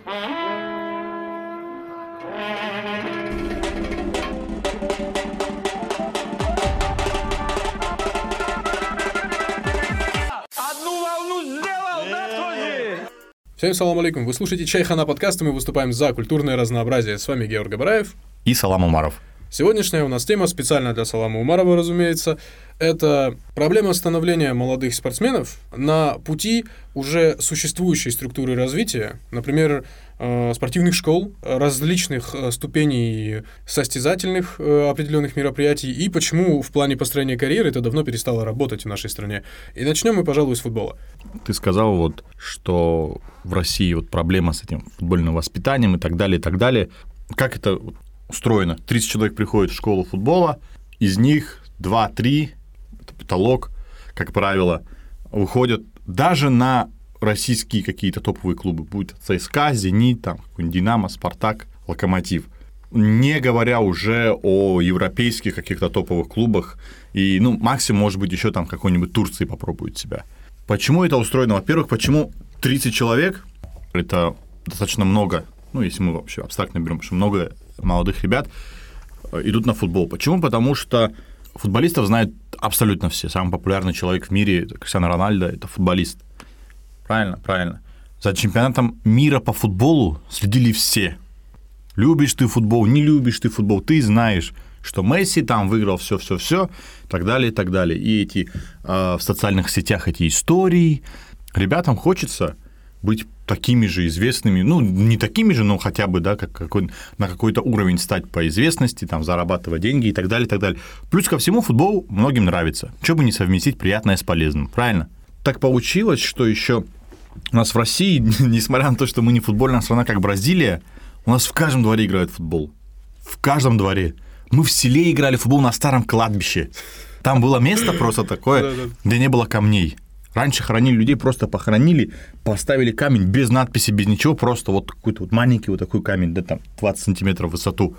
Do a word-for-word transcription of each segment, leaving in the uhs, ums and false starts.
Всем салам алейкум. Вы слушаете Чайхана подкаст, и мы выступаем за культурное разнообразие. С вами Георг Абараев и Салам Умаров. Сегодняшняя у нас тема, специально для Салама Умарова, разумеется, это проблема становления молодых спортсменов на пути уже существующей структуры развития, например, э, спортивных школ, различных э, ступеней состязательных э, определенных мероприятий, и почему в плане построения карьеры это давно перестало работать в нашей стране. И начнем мы, пожалуй, с футбола. Ты сказал, вот, что в России вот проблема с этим футбольным воспитанием и так далее, и так далее. Как это устроено? тридцать человек приходят в школу футбола, из них два-три, это потолок, как правило, выходят даже на российские какие-то топовые клубы, будь это ЦСКА, Зенит, там, какой-нибудь Динамо, Спартак, Локомотив. Не говоря уже о европейских каких-то топовых клубах, и, ну, максимум, может быть, еще там какой-нибудь Турции попробует себя. Почему это устроено? Во-первых, почему тридцать человек, это достаточно много, ну, если мы вообще абстрактно берем, потому что много молодых ребят идут на футбол. Почему? Потому что футболистов знают абсолютно все. Самый популярный человек в мире, Криштиану Роналдо, это футболист. Правильно? Правильно. За чемпионатом мира по футболу следили все. Любишь ты футбол, не любишь ты футбол, ты знаешь, что Месси там выиграл все-все-все, и так далее, и так далее. И эти э, в социальных сетях эти истории. Ребятам хочется быть такими же известными, ну, не такими же, но хотя бы, да, как какой, на какой-то уровень стать по известности, там, зарабатывать деньги и так далее, и так далее. Плюс ко всему футбол многим нравится. Чего бы не совместить приятное с полезным, правильно? Так получилось, что еще у нас в России, несмотря на то, что мы не футбольная страна, как Бразилия, у нас в каждом дворе играют в футбол. В каждом дворе. Мы в селе играли в футбол на старом кладбище. Там было место просто такое, где не было камней. Раньше хоронили людей, просто похоронили, поставили камень без надписи, без ничего, просто вот какой-то вот маленький вот такой камень, да, там двадцать сантиметров в высоту.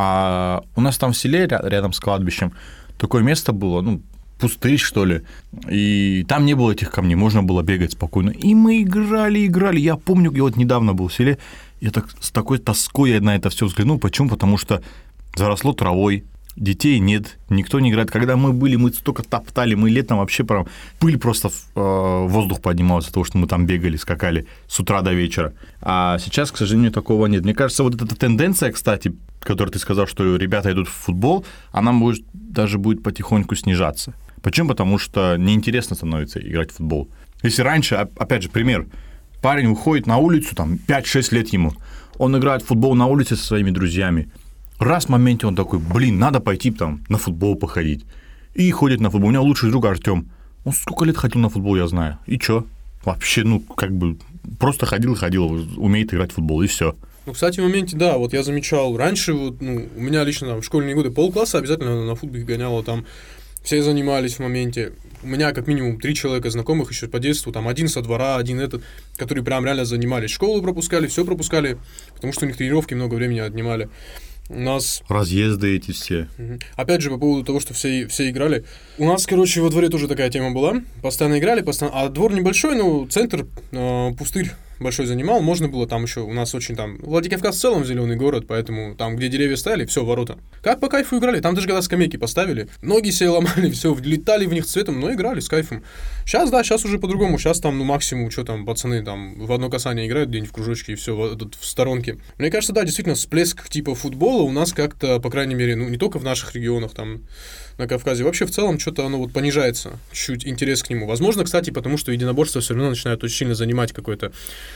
А у нас там в селе, рядом с кладбищем, такое место было, ну, пустырь, что ли, и там не было этих камней, можно было бегать спокойно. И мы играли, играли. Я помню, я вот недавно был в селе, я так с такой тоской я на это все взглянул. Почему? Потому что заросло травой, детей нет, никто не играет. Когда мы были, мы столько топтали, мы летом вообще прям пыль просто в э, воздух поднималась от того, что мы там бегали, скакали с утра до вечера. А сейчас, к сожалению, такого нет. Мне кажется, вот эта тенденция, кстати, которую ты сказал, что ребята идут в футбол, она может, даже будет потихоньку снижаться. Почему? Потому что неинтересно становится играть в футбол. Если раньше, опять же, пример, парень выходит на улицу, там, пять-шесть лет ему, он играет в футбол на улице со своими друзьями, раз в моменте он такой, блин, надо пойти там на футбол походить. И ходит на футбол. У меня лучший друг Артём. Он сколько лет ходил на футбол, я знаю. И чё? Вообще, ну, как бы, просто ходил и ходил, умеет играть в футбол, и все. Ну, кстати, в моменте, да, вот я замечал, раньше, вот, ну, у меня лично там, в школьные годы полкласса обязательно на футбол гоняло, там все занимались в моменте. У меня как минимум три человека знакомых еще по детству, там один со двора, один этот, которые прям реально занимались. Школу пропускали, все пропускали, потому что у них тренировки много времени отнимали. У нас... Разъезды эти все. Опять же, по поводу того, что все, все играли. У нас, короче, во дворе тоже такая тема была. Постоянно играли, постоянно... А двор небольшой, но центр, э, пустырь большой занимал. Можно было там еще... У нас очень там... Владикавказ в целом зеленый город, поэтому там, где деревья стояли, все, ворота. Как по кайфу играли. Там даже когда скамейки поставили, ноги себе ломали, все, влетали в них цветом, но играли с кайфом. Сейчас, да, сейчас уже по-другому. Сейчас там, ну, максимум, что там, пацаны там в одно касание играют где-нибудь в кружочке и все, в, в сторонке. Мне кажется, да, действительно, всплеск типа футбола у нас как-то, по крайней мере, ну, не только в наших регионах, там, на Кавказе, вообще в целом что-то оно вот понижается, чуть интерес к нему. Возможно, кстати, потому что единоборство все равно начинает очень сильно занимать какое-то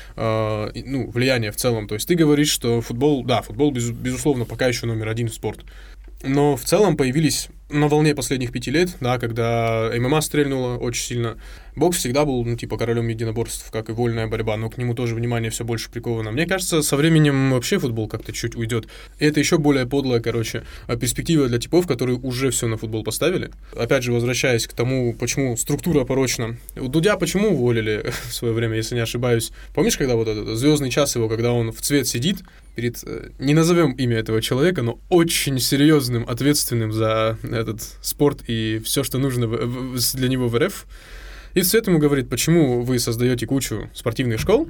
э, ну, влияние в целом. То есть ты говоришь, что футбол, да, футбол, без, безусловно, пока еще номер один в спорт. Но в целом появились на волне последних пяти лет, да, когда ММА стрельнуло очень сильно. Бокс всегда был, ну, типа, королем единоборств, как и вольная борьба, но к нему тоже внимание все больше приковано. Мне кажется, со временем вообще футбол как-то чуть уйдет. И это еще более подлая, короче, перспектива для типов, которые уже все на футбол поставили. Опять же, возвращаясь к тому, почему структура порочна. У Дудя почему уволили в свое время, если не ошибаюсь? Помнишь, когда вот этот звездный час его, когда он в цвет сидит перед, не назовем имя этого человека, но очень серьезным, ответственным за этот спорт и все, что нужно для него в РФ. И в цвет ему говорит, почему вы создаете кучу спортивных школ,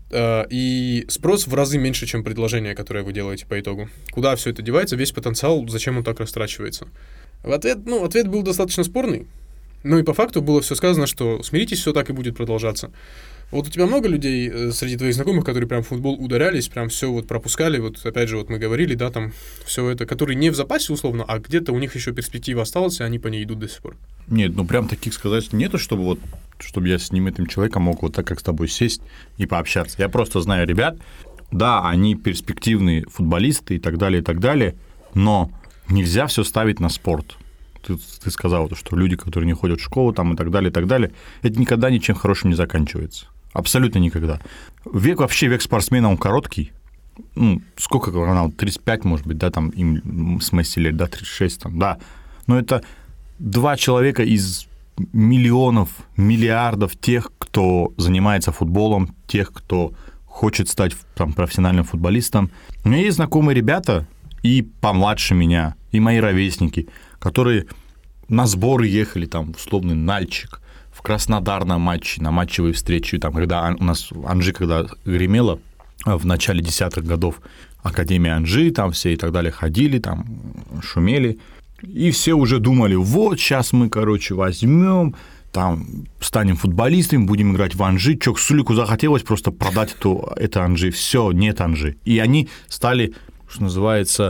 и спрос в разы меньше, чем предложение, которое вы делаете по итогу. Куда все это девается, весь потенциал, зачем он так растрачивается? В ответ, ну, ответ был достаточно спорный, но и по факту было все сказано, что смиритесь, все так и будет продолжаться. Вот у тебя много людей э, среди твоих знакомых, которые прям в футбол ударялись, прям все вот пропускали, вот опять же, вот мы говорили, да, там все это, которые не в запасе условно, а где-то у них еще перспектива осталась, и они по ней идут до сих пор. Нет, ну прям таких сказать нету, чтобы вот, чтобы я с ним, этим человеком мог вот так, как с тобой сесть и пообщаться. Я просто знаю ребят, да, они перспективные футболисты и так далее, и так далее, но нельзя все ставить на спорт. Ты, ты сказал, что люди, которые не ходят в школу там, и так далее, и так далее, это никогда ничем хорошим не заканчивается. Абсолютно никогда. Век вообще, век спортсмена, он короткий. Ну, сколько канал? тридцать пять, может быть, да, там, им с Месси лет, да, тридцать шесть, там, да. Но это два человека из миллионов, миллиардов тех, кто занимается футболом, тех, кто хочет стать там профессиональным футболистом. У меня есть знакомые ребята, и помладше меня, и мои ровесники, которые на сборы ехали, там, в условный Нальчик, в Краснодар на матчи, на матчевые встречи, там, когда у нас Анжи, когда гремела в начале десятых годов, Академия Анжи, там все и так далее ходили, там шумели, и все уже думали, вот, сейчас мы, короче, возьмем, там, станем футболистами, будем играть в Анжи, чё, Сулику захотелось просто продать эту, это Анжи, все, нет Анжи, и они стали, что называется,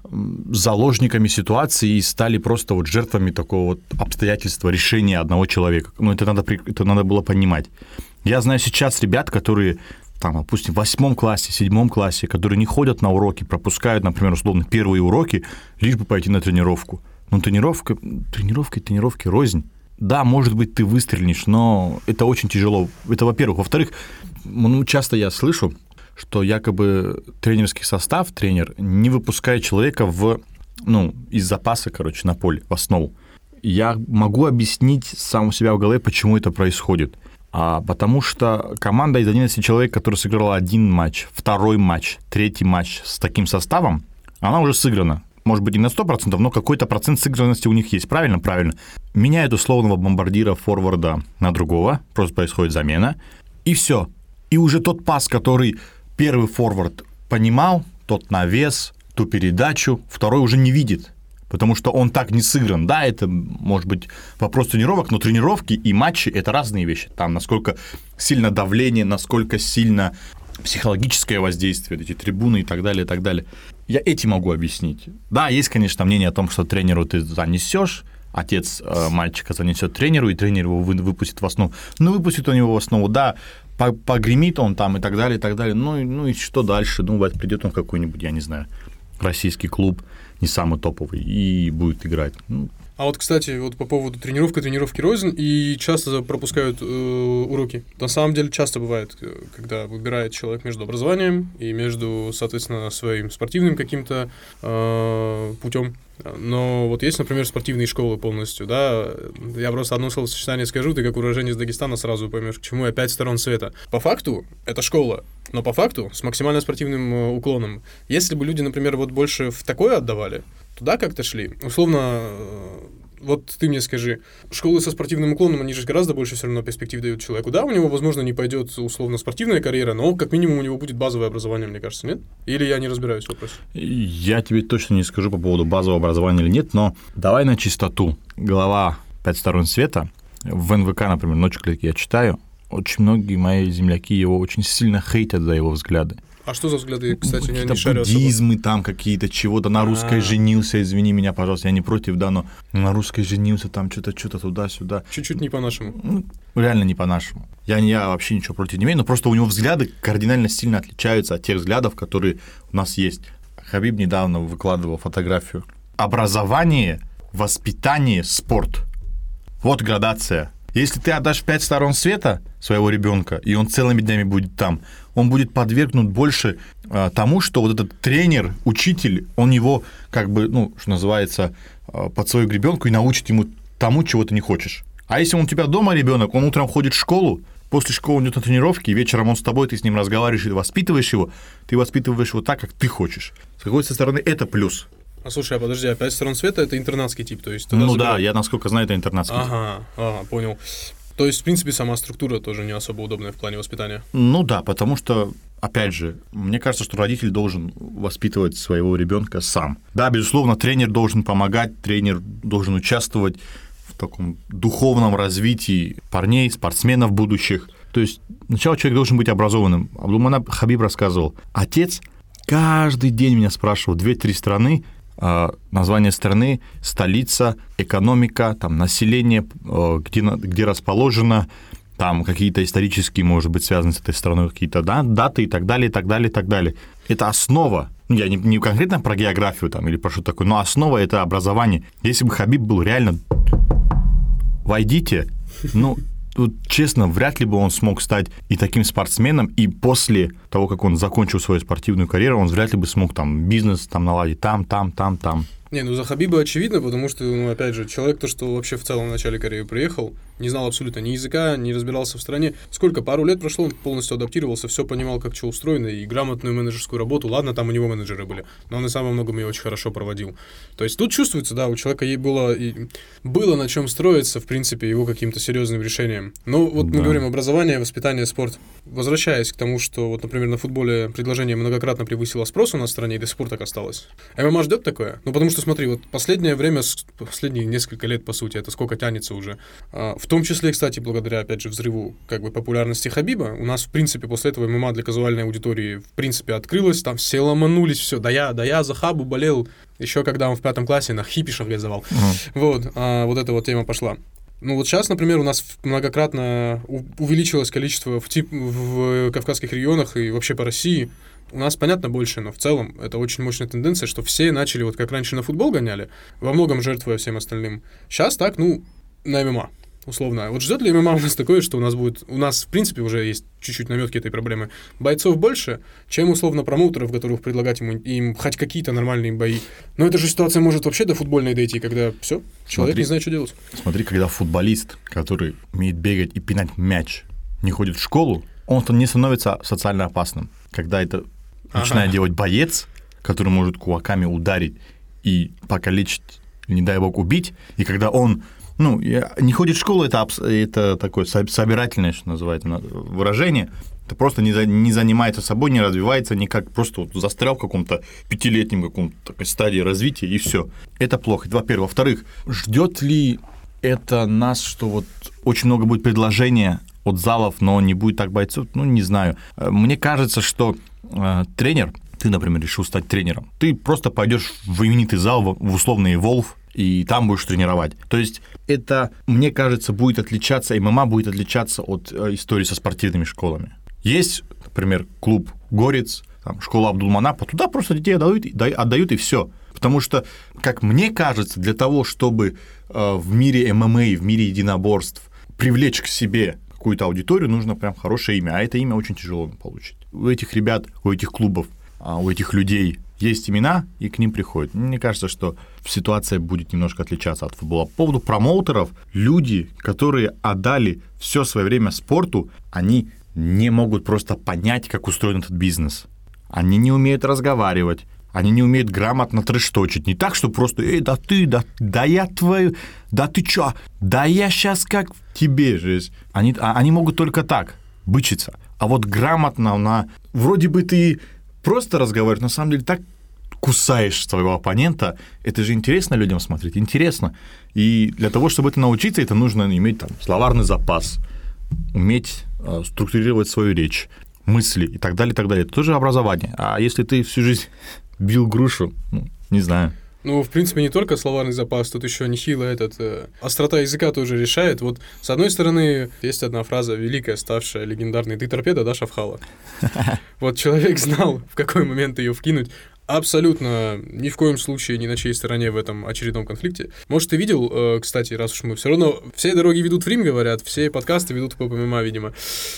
заложниками ситуации и стали просто вот жертвами такого вот обстоятельства, решения одного человека. Ну, это надо, это надо было понимать. Я знаю сейчас ребят, которые, там, допустим, в восьмом классе, седьмом классе, которые не ходят на уроки, пропускают, например, условно, первые уроки, лишь бы пойти на тренировку. Ну, тренировка, тренировка и тренировки рознь. Да, может быть, ты выстрелишь, но это очень тяжело. Это, во-первых. Во-вторых, ну, часто я слышу, что якобы тренерский состав, тренер, не выпускает человека в, ну, из запаса, короче, на поле, в основу. Я могу объяснить сам у себя в голове, почему это происходит. А потому что команда из одиннадцати человек, которая сыграла один матч, второй матч, третий матч с таким составом, она уже сыграна. Может быть, не на сто процентов, но какой-то процент сыгранности у них есть. Правильно? Правильно. Меняют условного бомбардира, форварда на другого, просто происходит замена, и все. И уже тот пас, который первый форвард понимал, тот навес, ту передачу, второй уже не видит, потому что он так не сыгран. Да, это может быть вопрос тренировок, но тренировки и матчи – это разные вещи. Там насколько сильно давление, насколько сильно психологическое воздействие, эти трибуны и так далее, и так далее. Я эти могу объяснить. Да, есть, конечно, мнение о том, что тренеру ты занесешь, отец э, мальчика занесет тренеру, и тренер его выпустит в основу. Ну, выпустит он его в основу, да, погремит он там и так далее, и так далее. Ну, и, ну и что дальше? Ну, придет он в какой-нибудь, я не знаю, российский клуб, не самый топовый, и будет играть. Ну. А вот, кстати, вот по поводу тренировки, тренировки рознь, и часто пропускают э, уроки. На самом деле часто бывает, когда выбирает человек между образованием и между, соответственно, своим спортивным каким-то э, путем. Но вот есть, например, спортивные школы полностью, да, я просто одно словосочетание скажу, ты как уроженец Дагестана сразу поймешь, к чему я пять сторон света. По факту это школа, но по факту с максимально спортивным уклоном. Если бы люди, например, вот больше в такое отдавали, туда как-то шли, условно, вот ты мне скажи, школы со спортивным уклоном, они же гораздо больше все равно перспектив дают человеку. Да, у него, возможно, не пойдет условно спортивная карьера, но как минимум у него будет базовое образование, мне кажется, нет? Или я не разбираюсь в вопросе? Я тебе точно не скажу по поводу базового образования или нет, но давай на чистоту. Глава «Пять сторон света» в эн вэ ка, например, «Ночь клетки» я читаю, очень многие мои земляки его очень сильно хейтят за его взгляды. А что за взгляды, кстати, ну, я не шарю особо. Буддизмы там какие-то, чего-то, на русской А-а-а. женился, извини меня, пожалуйста, я не против, да, но на русской женился, там что-то, что-то туда-сюда. Чуть-чуть не по-нашему. Ну, реально не по-нашему. Я, я вообще ничего против не имею, но просто у него взгляды кардинально сильно отличаются от тех взглядов, которые у нас есть. Хабиб недавно выкладывал фотографию. Образование, воспитание, спорт. Вот градация. Если ты отдашь пять сторон света своего ребенка, и он целыми днями будет там, он будет подвергнут больше а, тому, что вот этот тренер, учитель, он его, как бы, ну, что называется, а, под свою гребенку и научит ему тому, чего ты не хочешь. А если он у тебя дома ребенок, он утром ходит в школу, после школы он идет на тренировки, и вечером он с тобой, ты с ним разговариваешь и воспитываешь его, ты воспитываешь его так, как ты хочешь. С какой-то стороны, это плюс. А слушай, а подожди, а «Пять сторон света» — это интернатский тип, то есть... Ну забирают... да, я, насколько знаю, это интернатский ага, тип. Ага, понял. То есть, в принципе, сама структура тоже не особо удобная в плане воспитания. Ну да, потому что, опять же, мне кажется, что родитель должен воспитывать своего ребенка сам. Да, безусловно, тренер должен помогать, тренер должен участвовать в таком духовном развитии парней, спортсменов будущих. То есть сначала человек должен быть образованным. Абдулманап Хабиб рассказывал, отец каждый день меня спрашивал две-три страны, название страны, столица, экономика, там, население, где, где расположено, там какие-то исторические, может быть, связаны с этой страной какие-то да, даты и так далее, и так далее, и так далее. Это основа. Я не, не конкретно про географию там, или про что такое, но основа – это образование. Если бы Хабиб был реально «войдите», ну, тут, честно, вряд ли бы он смог стать и таким спортсменом, и после того, как он закончил свою спортивную карьеру, он вряд ли бы смог там бизнес там наладить там, там, там, там. Не, ну за Хабиба очевидно, потому что, ну, опять же, человек, то, что вообще в целом в начале карьеры приехал, не знал абсолютно ни языка, не разбирался в стране. Сколько, пару лет прошло, он полностью адаптировался, все понимал, как что устроено, и грамотную менеджерскую работу. Ладно, там у него менеджеры были, но он и сам во многом ее очень хорошо проводил. То есть тут чувствуется, да, у человека ей было, и было на чем строиться, в принципе, его каким-то серьезным решением. Но вот да. Мы говорим образование, воспитание, спорт. Возвращаясь к тому, что, вот, например, на футболе предложение многократно превысило спрос у нас в стране, и до сих пор так осталось. ММА ждет такое? Ну, потому что, смотри, вот последнее время, последние несколько лет, по сути, это сколько тянется уже. В том числе, кстати, благодаря, опять же, взрыву как бы популярности Хабиба, у нас, в принципе, после этого ММА для казуальной аудитории, в принципе, открылось, там все ломанулись, все. Да я, да я за Хабу болел еще когда он в пятом классе на хипишах газовал. Uh-huh. Вот, а, вот эта вот тема пошла. Ну вот сейчас, например, у нас многократно увеличилось количество в, тип, в Кавказских регионах и вообще по России. У нас, понятно, больше, но в целом это очень мощная тенденция, что все начали, вот как раньше на футбол гоняли, во многом жертвуя всем остальным. Сейчас так, ну, на ММА, условно. Вот ждет ли ММА у нас такое, что у нас будет... У нас, в принципе, уже есть чуть-чуть намётки этой проблемы. Бойцов больше, чем, условно, промоутеров, готовых предлагать ему, им хоть какие-то нормальные бои. Но эта же ситуация может вообще до футбольной дойти, когда все, человек смотри, не знает, что делать. Смотри, когда футболист, который умеет бегать и пинать мяч, не ходит в школу, он не становится социально опасным. Когда это начинает ага. делать боец, который может кулаками ударить и покалечить, не дай бог, убить, и когда он ну, не ходит в школу, это, это такое собирательное, что называется, выражение, это просто не, за, не занимается собой, не развивается никак, просто вот застрял в каком-то пятилетнем каком-то такой стадии развития, и все. Это плохо, это во-первых. Во-вторых, ждет ли это нас, что вот очень много будет предложения от залов, но не будет так бойцов, ну, не знаю. Мне кажется, что э, тренер, ты, например, решил стать тренером, ты просто пойдешь в именитый зал, в условный Волф, и там будешь тренировать. То есть это, мне кажется, будет отличаться, ММА будет отличаться от э, истории со спортивными школами. Есть, например, клуб «Горец», там, школа Абдулманапа, туда просто детей отдают, отдают и все. Потому что, как мне кажется, для того, чтобы э, в мире ММА, в мире единоборств привлечь к себе какую-то аудиторию, нужно прям хорошее имя, а это имя очень тяжело получить. У этих ребят, у этих клубов, у этих людей есть имена, и к ним приходят. Мне кажется, что ситуация будет немножко отличаться от футбола. По поводу промоутеров, люди, которые отдали все свое время спорту, они не могут просто понять, как устроен этот бизнес. Они не умеют разговаривать, они не умеют грамотно трэш-точить. Не так, что просто, эй, да ты, да, да я твою, да ты чё, да я сейчас как тебе же. Они, они могут только так бычиться. А вот грамотно, на, вроде бы ты просто разговариваешь, на самом деле так кусаешь своего оппонента. Это же интересно людям смотреть, интересно. И для того, чтобы это научиться, это нужно иметь там словарный запас, уметь э, структурировать свою речь, мысли и так далее, и так далее. Это тоже образование. А если ты всю жизнь бил грушу, ну, не знаю. Ну, в принципе, не только словарный запас, тут еще нехило этот... Э, острота языка тоже решает. Вот, с одной стороны, есть одна фраза великая, ставшая легендарной: «Ты торпеда, да, Шавхала?» Вот человек знал, в какой момент ее вкинуть. Абсолютно ни в коем случае ни на чьей стороне в этом очередном конфликте. Может, ты видел, э, кстати, раз уж мы все равно... Все дороги ведут в Рим, говорят, все подкасты ведут в ММА, видимо.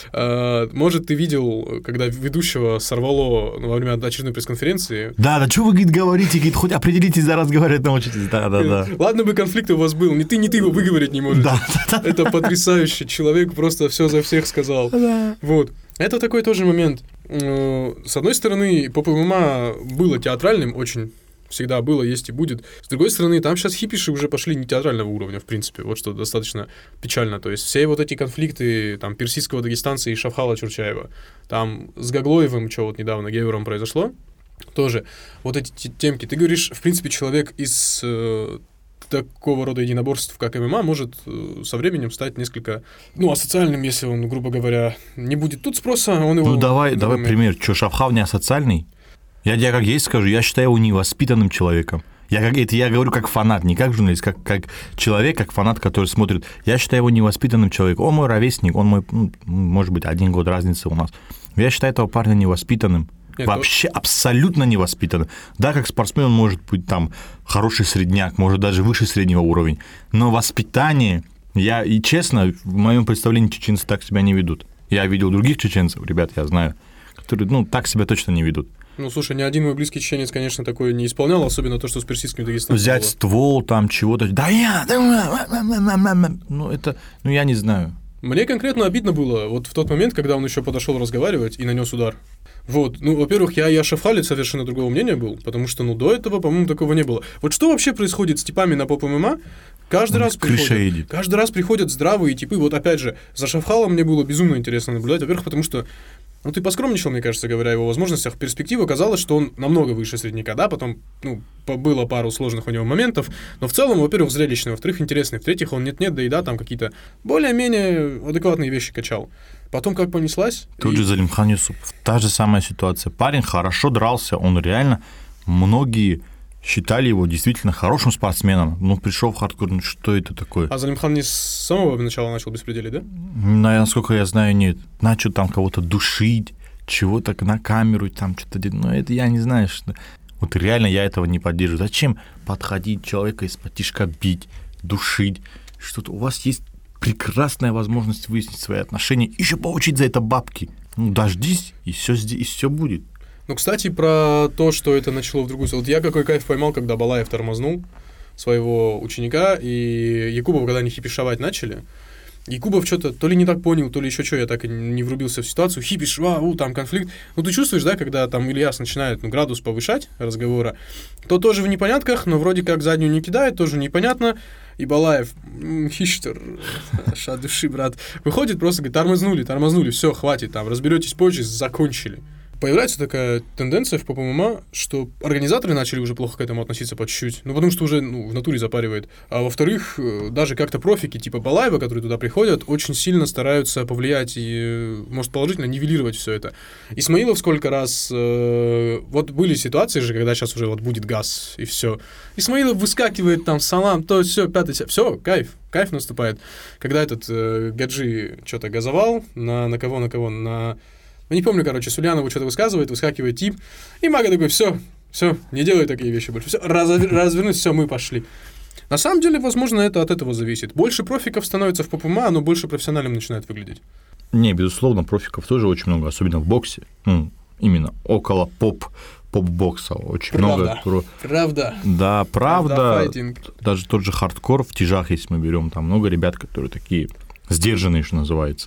Э, может, ты видел, когда ведущего сорвало во время очередной пресс-конференции... Да, да, что вы, говорит, говорите, говорит, хоть определитесь, за разговаривать научитесь. Да, да, да. Ладно бы конфликт у вас был, ни ты, ни ты его выговорить не можете. Да, да, да. Это потрясающе. Человек просто все за всех сказал. Да. Вот. Это такой тоже момент. С одной стороны, поп-ММА было театральным очень всегда было, есть и будет. С другой стороны, там сейчас хипиши уже пошли не театрального уровня, в принципе, вот что достаточно печально. То есть все вот эти конфликты, там, персидского дагестанца и Шавхала Чурчаева, там, с Гаглоевым, что вот недавно Гевером произошло, тоже вот эти темки. Ты говоришь, в принципе, человек из э, такого рода единоборств, как ММА, может э, со временем стать несколько, ну, асоциальным, если он, грубо говоря, не будет тут спроса, он его... Ну, давай, давай пример. Что, Шавхал не асоциальный? Я тебе как есть скажу, я считаю его невоспитанным человеком. Я, как, это я говорю как фанат, не как журналист, как, как человек, как фанат, который смотрит. Я считаю его невоспитанным человеком. Он мой ровесник, он мой, ну, может быть, один год разницы у нас. Я считаю этого парня невоспитанным. Нет, вообще то... абсолютно невоспитанным. Да, как спортсмен он может быть там хороший средняк, может даже выше среднего уровня. Но воспитание, я, и честно, в моем представлении чеченцы так себя не ведут. Я видел других чеченцев, ребят, я знаю, которые, ну, так себя точно не ведут. Ну, слушай, ни один мой близкий чеченец, конечно, такое не исполнял, особенно то, что с персидским Дагестаном взять было. Ствол, там, чего-то, да я, ну, это, ну, я не знаю. Мне конкретно обидно было вот в тот момент, когда он еще подошел разговаривать и нанес удар. Вот, ну, во-первых, я и о Шавхале совершенно другого мнения был, потому что, ну, до этого, по-моему, такого не было. Вот что вообще происходит с типами на поп-ММА? Каждый раз приходят, каждый раз приходят здравые типы. Вот опять же, за Шавхалом мне было безумно интересно наблюдать. Во-первых, потому что, ну, ты поскромничал, мне кажется, говоря о его возможностях. В перспективе оказалось, что он намного выше средняка, да, потом, ну, было пару сложных у него моментов, но в целом, во-первых, зрелищный, во-вторых, интересный, в-третьих, он нет-нет, да и да, там какие-то более-менее адекватные вещи качал. Потом как понеслась... Тут и... же Залимхан Юсупов. Та же самая ситуация. Парень хорошо дрался, он реально... Многие считали его действительно хорошим спортсменом. Ну, пришел в хардкор, ну что это такое? А Залимхан не с самого начала начал беспределить, да? Насколько я знаю, нет. Начал там кого-то душить, чего-то на камеру, там что-то делать. Ну, это я не знаю, что... Вот реально я этого не поддерживаю. Зачем подходить человека из-под тишка бить, душить? Что-то у вас есть прекрасная возможность выяснить свои отношения, еще получить за это бабки. Ну, дождись, и все и все будет. Ну, кстати, про то, что это начало в другую сторону. Вот я какой кайф поймал, когда Балаев тормознул своего ученика, и Якубов, когда они хипишевать начали, Якубов что-то то ли не так понял, то ли еще что, я так и не врубился в ситуацию, хипиш, вау, там конфликт. Ну, ты чувствуешь, да, когда там Ильяс начинает ну, градус повышать разговора, то тоже в непонятках, но вроде как заднюю не кидает, тоже непонятно. И Балаев, хиштер, ша души, брат, выходит, просто говорит, тормознули, тормознули, все, хватит, там, разберетесь позже, закончили. Появляется такая тенденция в поп-ММА, что организаторы начали уже плохо к этому относиться по чуть-чуть, ну, потому что уже ну, в натуре запаривает. А во-вторых, даже как-то профики типа Балаева, которые туда приходят, очень сильно стараются повлиять и, может, положительно нивелировать все это. Исмаилов сколько раз... Э, вот были ситуации же, когда сейчас уже вот будет газ, и все. Исмаилов выскакивает там, салам, то все, пятый, все, кайф. Кайф наступает. Когда этот э, Гаджи что-то газовал, на, на кого, на кого, на... Ну, не помню, короче, Сульянову что-то высказывает, выскакивает тип, и Мага такой, все, все, не делай такие вещи больше, все, разовер- развернусь, все, мы пошли. На самом деле, возможно, это от этого зависит. Больше профиков становится в поп-ММА, оно больше профессиональным начинает выглядеть. Не, безусловно, профиков тоже очень много, особенно в боксе, ну, именно около поп поп-бокса очень правда. много. Правда. Да, правда. правда Даже тот же хардкор в тяжах, если мы берем, там много ребят, которые такие сдержанные, что называется.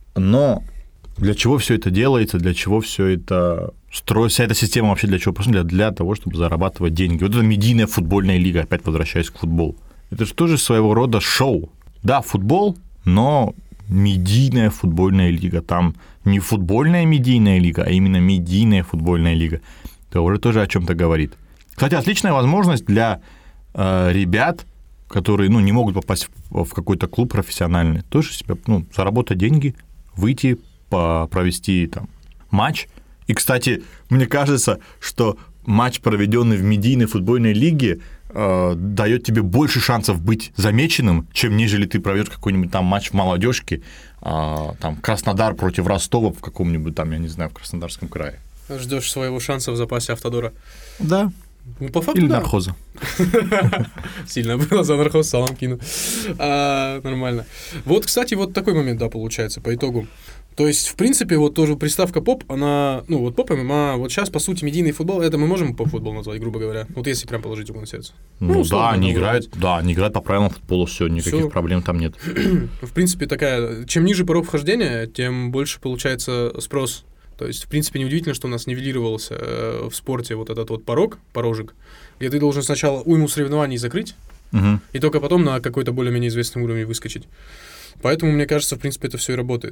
Но для чего все это делается, для чего все это строится, вся эта система вообще для чего? Просто для, для того, чтобы зарабатывать деньги. Вот это медийная футбольная лига, опять возвращаясь к футболу. Это же тоже своего рода шоу. Да, футбол, но медийная футбольная лига. Там не футбольная медийная лига, а именно медийная футбольная лига. Это уже тоже о чем-то говорит. Кстати, отличная возможность для э, ребят, которые ну, не могут попасть в, в какой-то клуб профессиональный, тоже себя, ну, заработать деньги, выйти, по, провести там матч. И, кстати, мне кажется, что матч, проведенный в медийной футбольной лиге, э, дает тебе больше шансов быть замеченным, чем нежели ты проведешь какой-нибудь там матч в молодежке, э, там Краснодар против Ростова в каком-нибудь там, я не знаю, в Краснодарском крае. Ждешь своего шанса в запасе Автодора. Да. Ну, по факту, или да. нархоза. Сильно было за нархоз, салам кину. А, нормально. Вот, кстати, вот такой момент, да, получается, по итогу. То есть, в принципе, вот тоже приставка поп, она, ну, вот поп, ММА, вот сейчас, по сути, медийный футбол, это мы можем поп-футбол назвать, грубо говоря, вот если прям положить его на сердце. Ну, ну да, они играют, да, они играют по правилам футбола, все, никаких всё. Проблем там нет. В принципе, такая, чем ниже порог вхождения, тем больше получается спрос То есть, в принципе, неудивительно, что у нас нивелировался э, в спорте вот этот вот порог, порожек, где ты должен сначала уйму соревнований закрыть, Угу. и только потом на какой-то более-менее известном уровне выскочить. Поэтому, мне кажется, в принципе, это все и работает.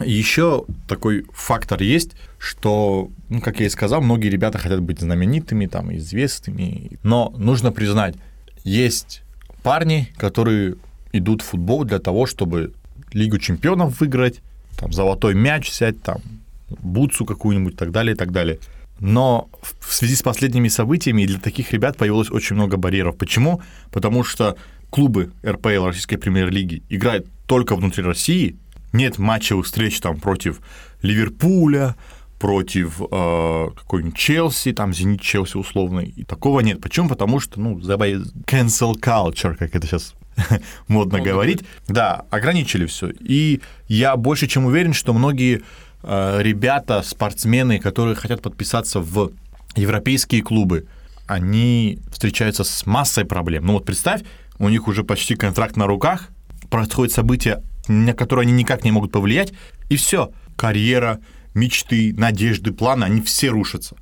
Еще такой фактор есть, что, ну, как я и сказал, многие ребята хотят быть знаменитыми, там, известными, но нужно признать, есть парни, которые идут в футбол для того, чтобы Лигу чемпионов выиграть, там, золотой мяч взять, там, бутсу какую-нибудь и так далее, и так далее. Но в связи с последними событиями для таких ребят появилось очень много барьеров. Почему? Потому что клубы эр пэ эл, Российской премьер-лиги, играют только внутри России, нет матчевых встреч там против Ливерпуля, против э, какой-нибудь Челси, там Зенит Челси условный, и такого нет. Почему? Потому что, ну, cancel culture, как это сейчас модно Модно говорить, да, ограничили все. И я больше чем уверен, что многие э, ребята, спортсмены, которые хотят подписаться в европейские клубы, они встречаются с массой проблем. Ну вот представь, у них уже почти контракт на руках, происходят события, на которые они никак не могут повлиять, и все, карьера, мечты, надежды, планы, они все рушатся.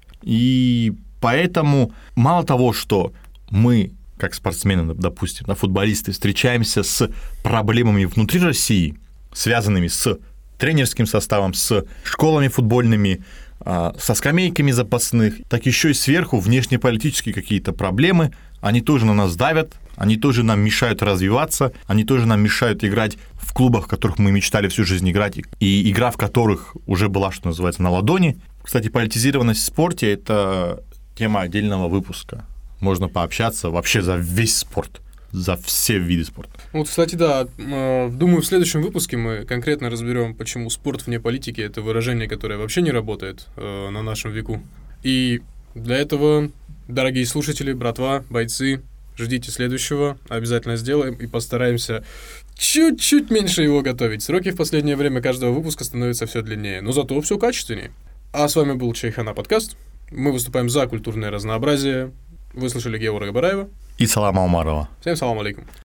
И поэтому мало того, что мы, как спортсмены, допустим, да, футболисты, встречаемся с проблемами внутри России, связанными с тренерским составом, с школами футбольными, со скамейками запасных, так еще и сверху внешнеполитические какие-то проблемы, они тоже на нас давят, они тоже нам мешают развиваться, они тоже нам мешают играть в клубах, в которых мы мечтали всю жизнь играть, и игра в которых уже была, что называется, на ладони. Кстати, политизированность в спорте – это тема отдельного выпуска. Можно пообщаться вообще за весь спорт, за все виды спорта. Вот, кстати, да, думаю, в следующем выпуске мы конкретно разберем, почему спорт вне политики – это выражение, которое вообще не работает э, на нашем веку. И для этого, дорогие слушатели, братва, бойцы, ждите следующего, обязательно сделаем и постараемся чуть-чуть меньше его готовить. Сроки в последнее время каждого выпуска становятся все длиннее, но зато все качественнее. А с вами был Чайхана подкаст. Мы выступаем за культурное разнообразие. Вы слышали Георга Бараева И Салама Умарова. Всем салам алейкум.